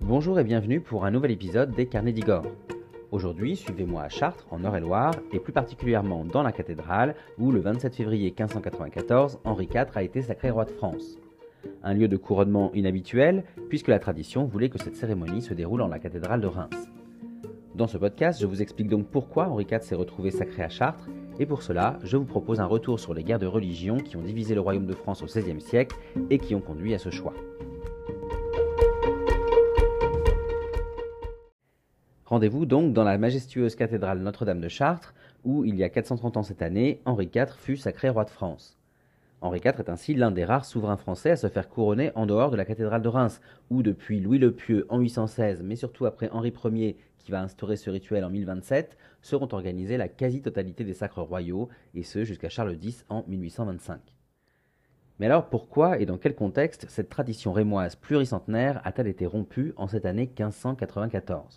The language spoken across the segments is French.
Bonjour et bienvenue pour un nouvel épisode des Carnets d'Igor. Aujourd'hui, suivez-moi à Chartres, en Eure-et-Loire, et plus particulièrement dans la cathédrale, où le 27 février 1594, Henri IV a été sacré roi de France. Un lieu de couronnement inhabituel, puisque la tradition voulait que cette cérémonie se déroule en la cathédrale de Reims. Dans ce podcast, je vous explique donc pourquoi Henri IV s'est retrouvé sacré à Chartres, et pour cela, je vous propose un retour sur les guerres de religion qui ont divisé le royaume de France au XVIe siècle et qui ont conduit à ce choix. Rendez-vous donc dans la majestueuse cathédrale Notre-Dame de Chartres, où, il y a 430 ans cette année, Henri IV fut sacré roi de France. Henri IV est ainsi l'un des rares souverains français à se faire couronner en dehors de la cathédrale de Reims, où depuis Louis le Pieux en 816, mais surtout après Henri Ier, qui va instaurer ce rituel en 1027, seront organisées la quasi-totalité des sacres royaux, et ce jusqu'à Charles X en 1825. Mais alors pourquoi et dans quel contexte cette tradition rémoise pluricentenaire a-t-elle été rompue en cette année 1594 ?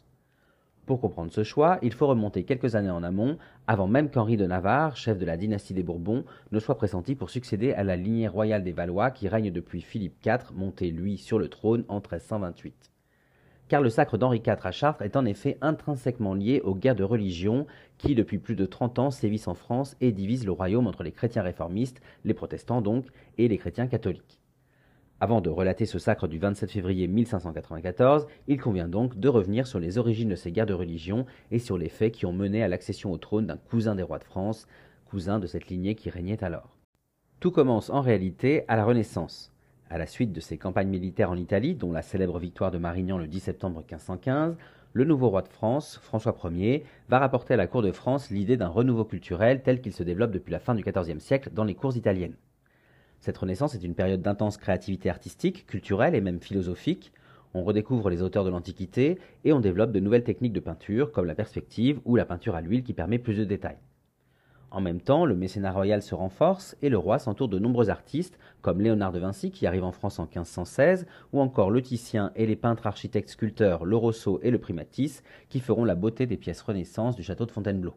Pour comprendre ce choix, il faut remonter quelques années en amont, avant même qu'Henri de Navarre, chef de la dynastie des Bourbons, ne soit pressenti pour succéder à la lignée royale des Valois qui règne depuis Philippe IV, monté lui sur le trône en 1328. Car le sacre d'Henri IV à Chartres est en effet intrinsèquement lié aux guerres de religion qui, depuis plus de 30 ans, sévissent en France et divisent le royaume entre les chrétiens réformistes, les protestants donc, et les chrétiens catholiques. Avant de relater ce sacre du 27 février 1594, il convient donc de revenir sur les origines de ces guerres de religion et sur les faits qui ont mené à l'accession au trône d'un cousin des rois de France, cousin de cette lignée qui régnait alors. Tout commence en réalité à la Renaissance. À la suite de ses campagnes militaires en Italie, dont la célèbre victoire de Marignan le 10 septembre 1515, le nouveau roi de France, François Ier, va rapporter à la cour de France l'idée d'un renouveau culturel tel qu'il se développe depuis la fin du XIVe siècle dans les cours italiennes. Cette Renaissance est une période d'intense créativité artistique, culturelle et même philosophique. On redécouvre les auteurs de l'Antiquité et on développe de nouvelles techniques de peinture comme la perspective ou la peinture à l'huile qui permet plus de détails. En même temps, le mécénat royal se renforce et le roi s'entoure de nombreux artistes comme Léonard de Vinci qui arrive en France en 1516 ou encore le Titien et les peintres architectes sculpteurs Le Rousseau et le Primatis qui feront la beauté des pièces Renaissance du château de Fontainebleau.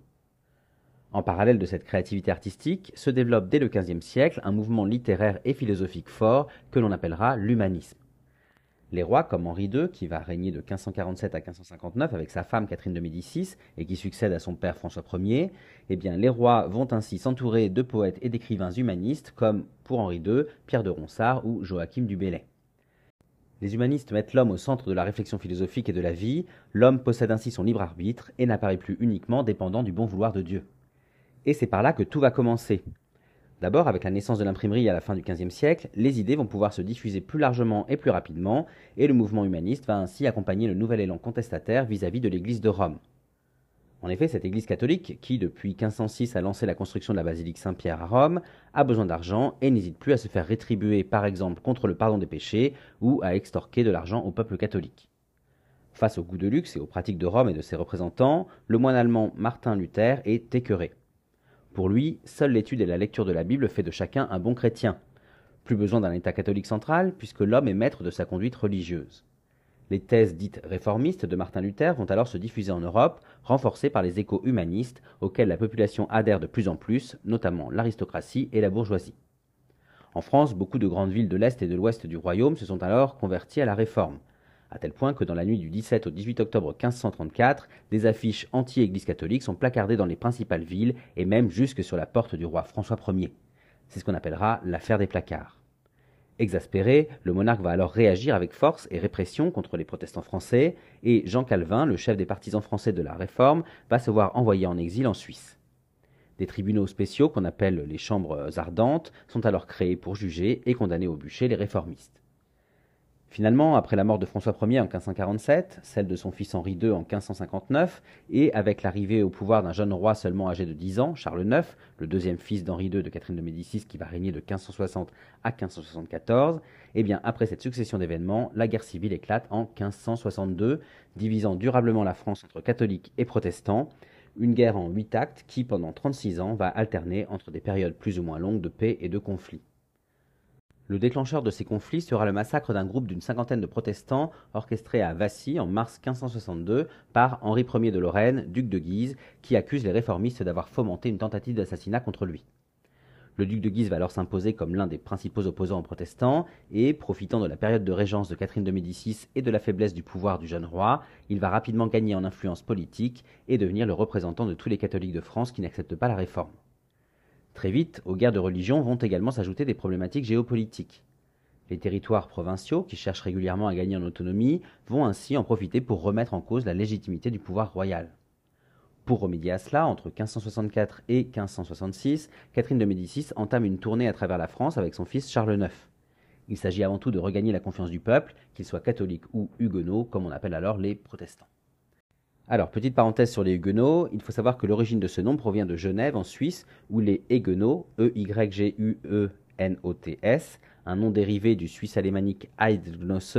En parallèle de cette créativité artistique, se développe dès le XVe siècle un mouvement littéraire et philosophique fort que l'on appellera l'humanisme. Les rois comme Henri II, qui va régner de 1547 à 1559 avec sa femme Catherine de Médicis et qui succède à son père François Ier, les rois vont ainsi s'entourer de poètes et d'écrivains humanistes comme, pour Henri II, Pierre de Ronsard ou Joachim du Bellay. Les humanistes mettent l'homme au centre de la réflexion philosophique et de la vie, l'homme possède ainsi son libre arbitre et n'apparaît plus uniquement dépendant du bon vouloir de Dieu. Et c'est par là que tout va commencer. D'abord, avec la naissance de l'imprimerie à la fin du XVe siècle, les idées vont pouvoir se diffuser plus largement et plus rapidement, et le mouvement humaniste va ainsi accompagner le nouvel élan contestataire vis-à-vis de l'Église de Rome. En effet, cette Église catholique, qui depuis 1506 a lancé la construction de la basilique Saint-Pierre à Rome, a besoin d'argent et n'hésite plus à se faire rétribuer par exemple contre le pardon des péchés ou à extorquer de l'argent au peuple catholique. Face au goût de luxe et aux pratiques de Rome et de ses représentants, le moine allemand Martin Luther est écœuré. Pour lui, seule l'étude et la lecture de la Bible fait de chacun un bon chrétien. Plus besoin d'un État catholique central, puisque l'homme est maître de sa conduite religieuse. Les thèses dites réformistes de Martin Luther vont alors se diffuser en Europe, renforcées par les échos humanistes auxquels la population adhère de plus en plus, notamment l'aristocratie et la bourgeoisie. En France, beaucoup de grandes villes de l'Est et de l'Ouest du royaume se sont alors converties à la Réforme, à tel point que dans la nuit du 17 au 18 octobre 1534, des affiches anti-Église catholique sont placardées dans les principales villes et même jusque sur la porte du roi François Ier. C'est ce qu'on appellera l'affaire des placards. Exaspéré, le monarque va alors réagir avec force et répression contre les protestants français et Jean Calvin, le chef des partisans français de la Réforme, va se voir envoyé en exil en Suisse. Des tribunaux spéciaux qu'on appelle les chambres ardentes sont alors créés pour juger et condamner au bûcher les réformistes. Finalement, après la mort de François Ier en 1547, celle de son fils Henri II en 1559, et avec l'arrivée au pouvoir d'un jeune roi seulement âgé de 10 ans, Charles IX, le deuxième fils d'Henri II de Catherine de Médicis qui va régner de 1560 à 1574, après cette succession d'événements, la guerre civile éclate en 1562, divisant durablement la France entre catholiques et protestants, une guerre en 8 actes qui, pendant 36 ans, va alterner entre des périodes plus ou moins longues de paix et de conflits. Le déclencheur de ces conflits sera le massacre d'un groupe d'une cinquantaine de protestants orchestré à Vassy en mars 1562 par Henri Ier de Lorraine, duc de Guise, qui accuse les réformistes d'avoir fomenté une tentative d'assassinat contre lui. Le duc de Guise va alors s'imposer comme l'un des principaux opposants aux protestants et, profitant de la période de régence de Catherine de Médicis et de la faiblesse du pouvoir du jeune roi, il va rapidement gagner en influence politique et devenir le représentant de tous les catholiques de France qui n'acceptent pas la réforme. Très vite, aux guerres de religion vont également s'ajouter des problématiques géopolitiques. Les territoires provinciaux, qui cherchent régulièrement à gagner en autonomie, vont ainsi en profiter pour remettre en cause la légitimité du pouvoir royal. Pour remédier à cela, entre 1564 et 1566, Catherine de Médicis entame une tournée à travers la France avec son fils Charles IX. Il s'agit avant tout de regagner la confiance du peuple, qu'il soit catholique ou huguenot, comme on appelle alors les protestants. Alors, petite parenthèse sur les huguenots, il faut savoir que l'origine de ce nom provient de Genève, en Suisse, où les Huguenots, E-Y-G-U-E-N-O-T-S, un nom dérivé du suisse alémanique Eidgenosse,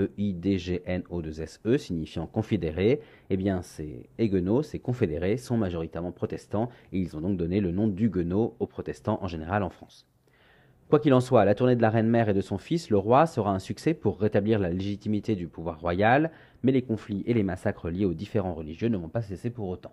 E-I-D-G-N-O-2-S-E, signifiant confédéré, eh bien ces Huguenots, ces confédérés, sont majoritairement protestants et ils ont donc donné le nom d'Huguenots aux protestants en général en France. Quoi qu'il en soit, la tournée de la reine-mère et de son fils, le roi, sera un succès pour rétablir la légitimité du pouvoir royal, mais les conflits et les massacres liés aux différents religieux ne vont pas cesser pour autant.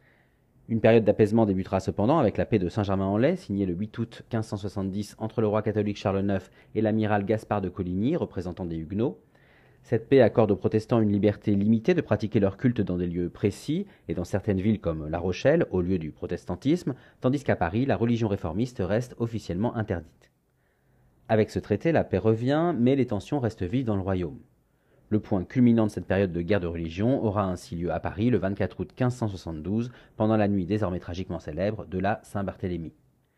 Une période d'apaisement débutera cependant avec la paix de Saint-Germain-en-Laye, signée le 8 août 1570 entre le roi catholique Charles IX et l'amiral Gaspard de Coligny, représentant des Huguenots. Cette paix accorde aux protestants une liberté limitée de pratiquer leur culte dans des lieux précis et dans certaines villes comme La Rochelle, au lieu du protestantisme, tandis qu'à Paris, la religion réformiste reste officiellement interdite. Avec ce traité, la paix revient, mais les tensions restent vives dans le royaume. Le point culminant de cette période de guerre de religion aura ainsi lieu à Paris le 24 août 1572, pendant la nuit désormais tragiquement célèbre de la Saint-Barthélemy.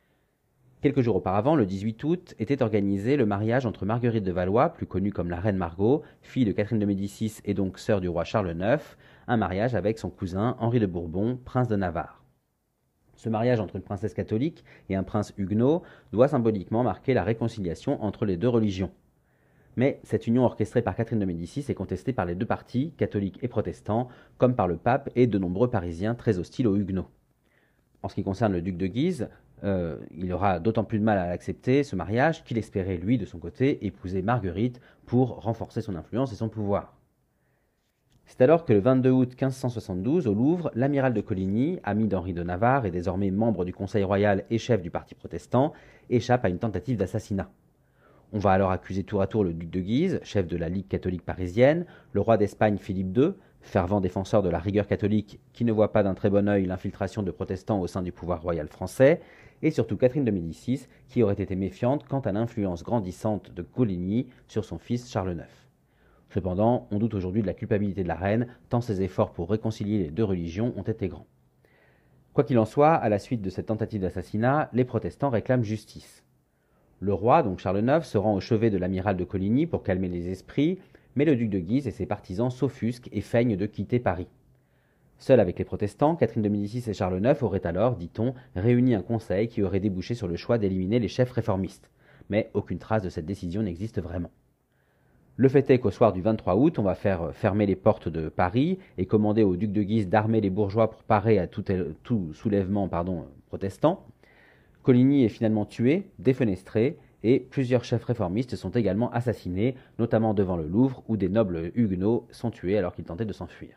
Quelques jours auparavant, le 18 août, était organisé le mariage entre Marguerite de Valois, plus connue comme la reine Margot, fille de Catherine de Médicis et donc sœur du roi Charles IX, un mariage avec son cousin Henri de Bourbon, prince de Navarre. Ce mariage entre une princesse catholique et un prince huguenot doit symboliquement marquer la réconciliation entre les deux religions. Mais cette union orchestrée par Catherine de Médicis est contestée par les deux partis, catholiques et protestants, comme par le pape et de nombreux Parisiens très hostiles aux huguenots. En ce qui concerne le duc de Guise, il aura d'autant plus de mal à accepter ce mariage qu'il espérait, lui, de son côté, épouser Marguerite pour renforcer son influence et son pouvoir. C'est alors que le 22 août 1572, au Louvre, l'amiral de Coligny, ami d'Henri de Navarre et désormais membre du Conseil royal et chef du parti protestant, échappe à une tentative d'assassinat. On va alors accuser tour à tour le duc de Guise, chef de la Ligue catholique parisienne, le roi d'Espagne Philippe II, fervent défenseur de la rigueur catholique qui ne voit pas d'un très bon œil l'infiltration de protestants au sein du pouvoir royal français, et surtout Catherine de Médicis, qui aurait été méfiante quant à l'influence grandissante de Coligny sur son fils Charles IX. Cependant, on doute aujourd'hui de la culpabilité de la reine, tant ses efforts pour réconcilier les deux religions ont été grands. Quoi qu'il en soit, à la suite de cette tentative d'assassinat, les protestants réclament justice. Le roi, donc Charles IX, se rend au chevet de l'amiral de Coligny pour calmer les esprits, mais le duc de Guise et ses partisans s'offusquent et feignent de quitter Paris. Seul avec les protestants, Catherine de Médicis et Charles IX auraient alors, dit-on, réuni un conseil qui aurait débouché sur le choix d'éliminer les chefs réformistes. Mais aucune trace de cette décision n'existe vraiment. Le fait est qu'au soir du 23 août, on va faire fermer les portes de Paris et commander au duc de Guise d'armer les bourgeois pour parer à tout soulèvement protestant. Coligny est finalement tué, défenestré, et plusieurs chefs réformistes sont également assassinés, notamment devant le Louvre, où des nobles huguenots sont tués alors qu'ils tentaient de s'enfuir.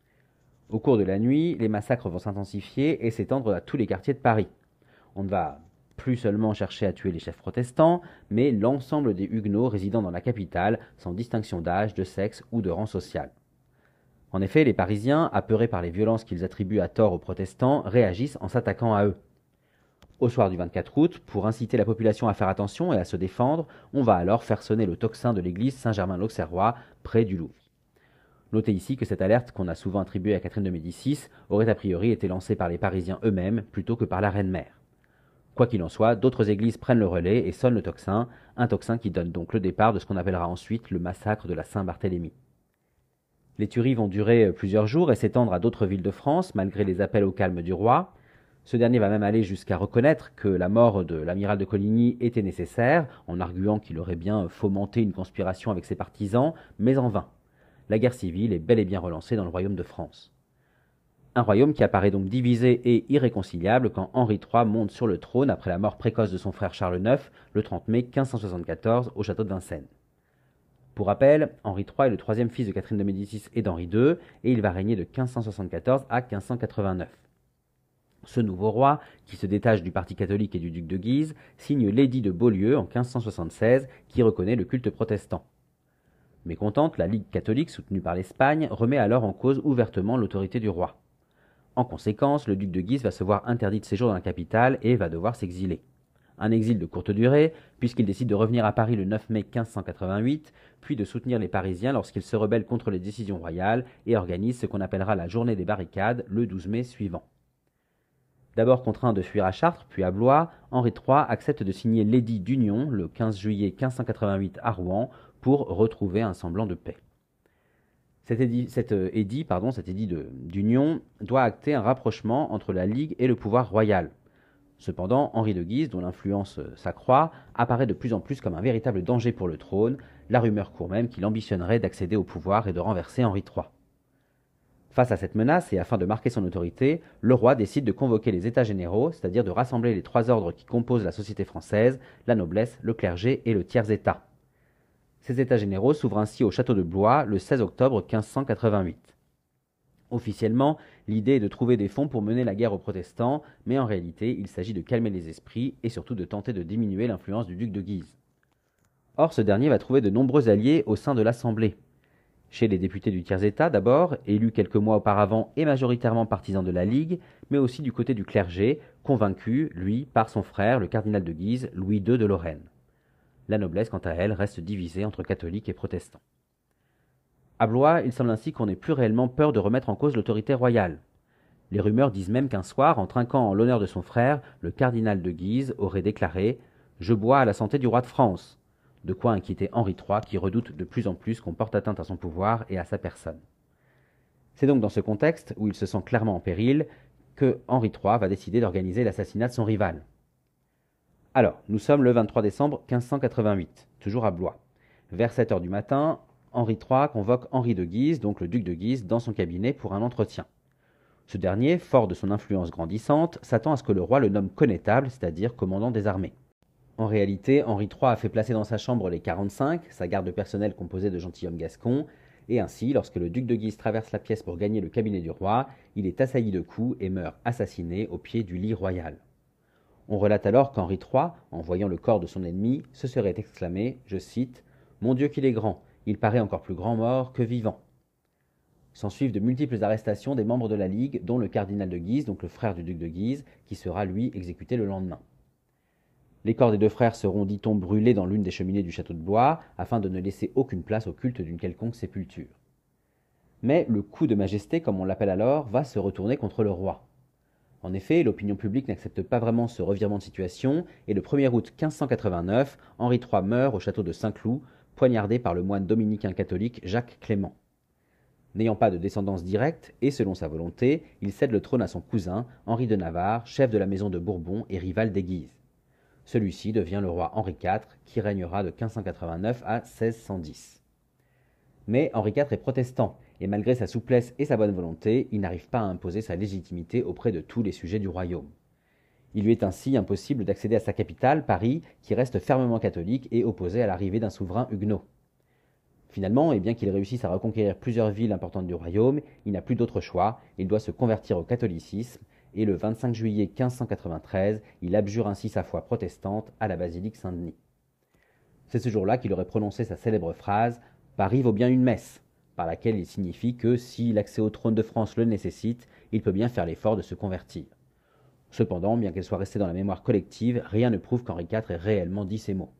Au cours de la nuit, les massacres vont s'intensifier et s'étendre à tous les quartiers de Paris. On ne va plus seulement chercher à tuer les chefs protestants, mais l'ensemble des huguenots résidant dans la capitale, sans distinction d'âge, de sexe ou de rang social. En effet, les Parisiens, apeurés par les violences qu'ils attribuent à tort aux protestants, réagissent en s'attaquant à eux. Au soir du 24 août, pour inciter la population à faire attention et à se défendre, on va alors faire sonner le tocsin de l'église Saint-Germain-l'Auxerrois, près du Louvre. Notez ici que cette alerte qu'on a souvent attribuée à Catherine de Médicis aurait a priori été lancée par les Parisiens eux-mêmes plutôt que par la reine-mère. Quoi qu'il en soit, d'autres églises prennent le relais et sonnent le tocsin, un tocsin qui donne donc le départ de ce qu'on appellera ensuite le massacre de la Saint-Barthélemy. Les tueries vont durer plusieurs jours et s'étendre à d'autres villes de France, malgré les appels au calme du roi. Ce dernier va même aller jusqu'à reconnaître que la mort de l'amiral de Coligny était nécessaire, en arguant qu'il aurait bien fomenté une conspiration avec ses partisans, mais en vain. La guerre civile est bel et bien relancée dans le royaume de France. Un royaume qui apparaît donc divisé et irréconciliable quand Henri III monte sur le trône après la mort précoce de son frère Charles IX, le 30 mai 1574, au château de Vincennes. Pour rappel, Henri III est le troisième fils de Catherine de Médicis et d'Henri II, et il va régner de 1574 à 1589. Ce nouveau roi, qui se détache du parti catholique et du duc de Guise, signe l'édit de Beaulieu en 1576 qui reconnaît le culte protestant. Mécontente, la Ligue catholique, soutenue par l'Espagne, remet alors en cause ouvertement l'autorité du roi. En conséquence, le duc de Guise va se voir interdit de séjour dans la capitale et va devoir s'exiler. Un exil de courte durée, puisqu'il décide de revenir à Paris le 9 mai 1588, puis de soutenir les Parisiens lorsqu'ils se rebellent contre les décisions royales et organise ce qu'on appellera la journée des barricades le 12 mai suivant. D'abord contraint de fuir à Chartres, puis à Blois, Henri III accepte de signer l'édit d'Union le 15 juillet 1588 à Rouen pour retrouver un semblant de paix. Cet édit d'Union doit acter un rapprochement entre la Ligue et le pouvoir royal. Cependant, Henri de Guise, dont l'influence s'accroît, apparaît de plus en plus comme un véritable danger pour le trône. La rumeur court même qu'il ambitionnerait d'accéder au pouvoir et de renverser Henri III. Face à cette menace et afin de marquer son autorité, le roi décide de convoquer les États généraux, c'est-à-dire de rassembler les trois ordres qui composent la société française, la noblesse, le clergé et le tiers-état. Ces États généraux s'ouvrent ainsi au château de Blois le 16 octobre 1588. Officiellement, l'idée est de trouver des fonds pour mener la guerre aux protestants, mais en réalité, il s'agit de calmer les esprits et surtout de tenter de diminuer l'influence du duc de Guise. Or, ce dernier va trouver de nombreux alliés au sein de l'Assemblée. Chez les députés du tiers-état d'abord, élus quelques mois auparavant et majoritairement partisans de la Ligue, mais aussi du côté du clergé, convaincu, lui, par son frère, le cardinal de Guise, Louis II de Lorraine. La noblesse, quant à elle, reste divisée entre catholiques et protestants. À Blois, il semble ainsi qu'on n'ait plus réellement peur de remettre en cause l'autorité royale. Les rumeurs disent même qu'un soir, en trinquant en l'honneur de son frère, le cardinal de Guise aurait déclaré « Je bois à la santé du roi de France », de quoi inquiéter Henri III qui redoute de plus en plus qu'on porte atteinte à son pouvoir et à sa personne. C'est donc dans ce contexte, où il se sent clairement en péril, que Henri III va décider d'organiser l'assassinat de son rival. Alors, nous sommes le 23 décembre 1588, toujours à Blois. Vers 7 heures du matin, Henri III convoque Henri de Guise, donc le duc de Guise, dans son cabinet pour un entretien. Ce dernier, fort de son influence grandissante, s'attend à ce que le roi le nomme connétable, c'est-à-dire commandant des armées. En réalité, Henri III a fait placer dans sa chambre les 45, sa garde personnelle composée de gentilshommes gascons, et ainsi, lorsque le duc de Guise traverse la pièce pour gagner le cabinet du roi, il est assailli de coups et meurt assassiné au pied du lit royal. On relate alors qu'Henri III, en voyant le corps de son ennemi, se serait exclamé, je cite, « Mon Dieu qu'il est grand, il paraît encore plus grand mort que vivant ». S'ensuivent de multiples arrestations des membres de la Ligue, dont le cardinal de Guise, donc le frère du duc de Guise, qui sera lui exécuté le lendemain. Les corps des deux frères seront, dit-on, brûlés dans l'une des cheminées du château de Blois, afin de ne laisser aucune place au culte d'une quelconque sépulture. Mais le coup de majesté, comme on l'appelle alors, va se retourner contre le roi. En effet, l'opinion publique n'accepte pas vraiment ce revirement de situation, et le 1er août 1589, Henri III meurt au château de Saint-Cloud, poignardé par le moine dominicain catholique Jacques Clément. N'ayant pas de descendance directe, et selon sa volonté, il cède le trône à son cousin, Henri de Navarre, chef de la maison de Bourbon et rival des Guises. Celui-ci devient le roi Henri IV, qui régnera de 1589 à 1610. Mais Henri IV est protestant, et malgré sa souplesse et sa bonne volonté, il n'arrive pas à imposer sa légitimité auprès de tous les sujets du royaume. Il lui est ainsi impossible d'accéder à sa capitale, Paris, qui reste fermement catholique et opposé à l'arrivée d'un souverain huguenot. Finalement, et bien qu'il réussisse à reconquérir plusieurs villes importantes du royaume, il n'a plus d'autre choix, il doit se convertir au catholicisme, et le 25 juillet 1593, il abjure ainsi sa foi protestante à la basilique Saint-Denis. C'est ce jour-là qu'il aurait prononcé sa célèbre phrase « Paris vaut bien une messe », par laquelle il signifie que si l'accès au trône de France le nécessite, il peut bien faire l'effort de se convertir. Cependant, bien qu'elle soit restée dans la mémoire collective, rien ne prouve qu'Henri IV ait réellement dit ces mots.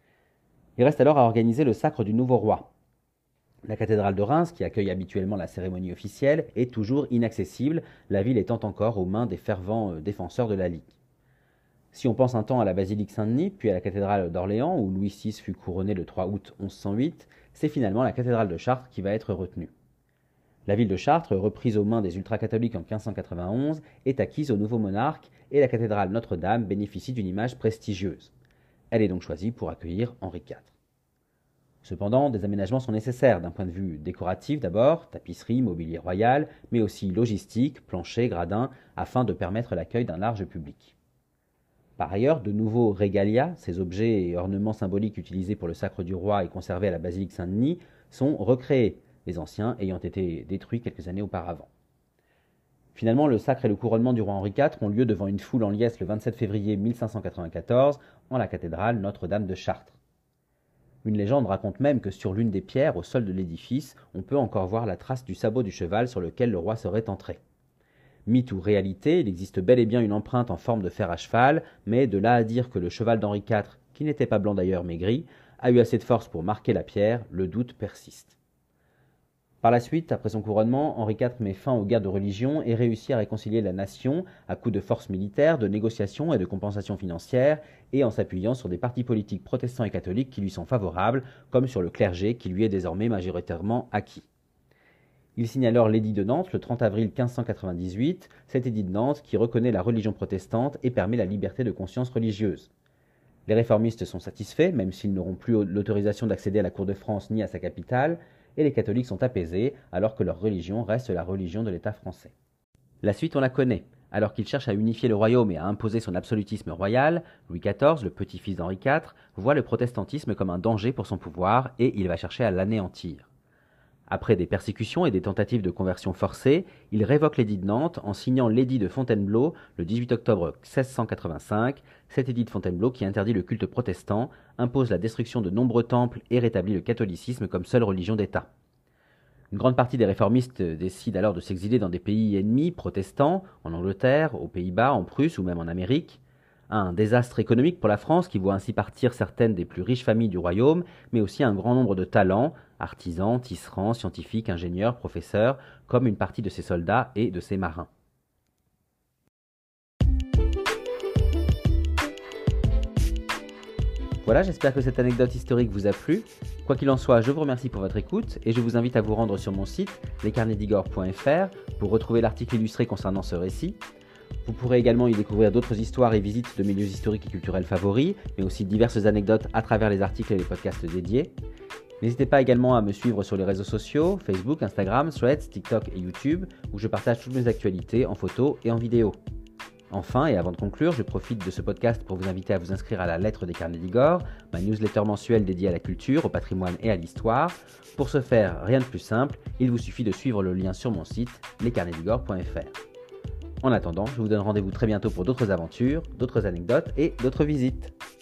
Il reste alors à organiser le sacre du nouveau roi. La cathédrale de Reims, qui accueille habituellement la cérémonie officielle, est toujours inaccessible, la ville étant encore aux mains des fervents défenseurs de la Ligue. Si on pense un temps à la basilique Saint-Denis, puis à la cathédrale d'Orléans, où Louis VI fut couronné le 3 août 1108, c'est finalement la cathédrale de Chartres qui va être retenue. La ville de Chartres, reprise aux mains des ultra-catholiques en 1591, est acquise au nouveau monarque et la cathédrale Notre-Dame bénéficie d'une image prestigieuse. Elle est donc choisie pour accueillir Henri IV. Cependant, des aménagements sont nécessaires d'un point de vue décoratif d'abord, tapisserie, mobilier royal, mais aussi logistique, plancher, gradins, afin de permettre l'accueil d'un large public. Par ailleurs, de nouveaux regalia, ces objets et ornements symboliques utilisés pour le sacre du roi et conservés à la basilique Saint-Denis, sont recréés, les anciens ayant été détruits quelques années auparavant. Finalement, le sacre et le couronnement du roi Henri IV ont lieu devant une foule en liesse le 27 février 1594 en la cathédrale Notre-Dame de Chartres. Une légende raconte même que sur l'une des pierres au sol de l'édifice, on peut encore voir la trace du sabot du cheval sur lequel le roi serait entré. Mythe ou réalité, il existe bel et bien une empreinte en forme de fer à cheval, mais de là à dire que le cheval d'Henri IV, qui n'était pas blanc d'ailleurs mais gris, a eu assez de force pour marquer la pierre, le doute persiste. Par la suite, après son couronnement, Henri IV met fin aux guerres de religion et réussit à réconcilier la nation à coups de forces militaires, de négociations et de compensations financières, et en s'appuyant sur des partis politiques protestants et catholiques qui lui sont favorables, comme sur le clergé qui lui est désormais majoritairement acquis. Il signe alors l'édit de Nantes le 30 avril 1598, cet édit de Nantes qui reconnaît la religion protestante et permet la liberté de conscience religieuse. Les réformistes sont satisfaits, même s'ils n'auront plus l'autorisation d'accéder à la cour de France ni à sa capitale, et les catholiques sont apaisés, alors que leur religion reste la religion de l'État français. La suite, on la connaît. Alors qu'il cherche à unifier le royaume et à imposer son absolutisme royal, Louis XIV, le petit-fils d'Henri IV, voit le protestantisme comme un danger pour son pouvoir et il va chercher à l'anéantir. Après des persécutions et des tentatives de conversion forcée, il révoque l'édit de Nantes en signant l'édit de Fontainebleau le 18 octobre 1685. Cet édit de Fontainebleau, qui interdit le culte protestant, impose la destruction de nombreux temples et rétablit le catholicisme comme seule religion d'État. Une grande partie des réformistes décident alors de s'exiler dans des pays ennemis protestants, en Angleterre, aux Pays-Bas, en Prusse ou même en Amérique. Un désastre économique pour la France qui voit ainsi partir certaines des plus riches familles du royaume, mais aussi un grand nombre de talents, artisans, tisserands, scientifiques, ingénieurs, professeurs, comme une partie de ses soldats et de ses marins. Voilà, j'espère que cette anecdote historique vous a plu. Quoi qu'il en soit, je vous remercie pour votre écoute et je vous invite à vous rendre sur mon site lescarnetsdigor.fr pour retrouver l'article illustré concernant ce récit. Vous pourrez également y découvrir d'autres histoires et visites de mes lieux historiques et culturels favoris, mais aussi diverses anecdotes à travers les articles et les podcasts dédiés. N'hésitez pas également à me suivre sur les réseaux sociaux, Facebook, Instagram, Threads, TikTok et YouTube, où je partage toutes mes actualités en photo et en vidéo. Enfin, et avant de conclure, je profite de ce podcast pour vous inviter à vous inscrire à la Lettre des Carnets d'Igor, ma newsletter mensuelle dédiée à la culture, au patrimoine et à l'histoire. Pour ce faire, rien de plus simple, il vous suffit de suivre le lien sur mon site, lescarnetsdigor.fr. En attendant, je vous donne rendez-vous très bientôt pour d'autres aventures, d'autres anecdotes et d'autres visites.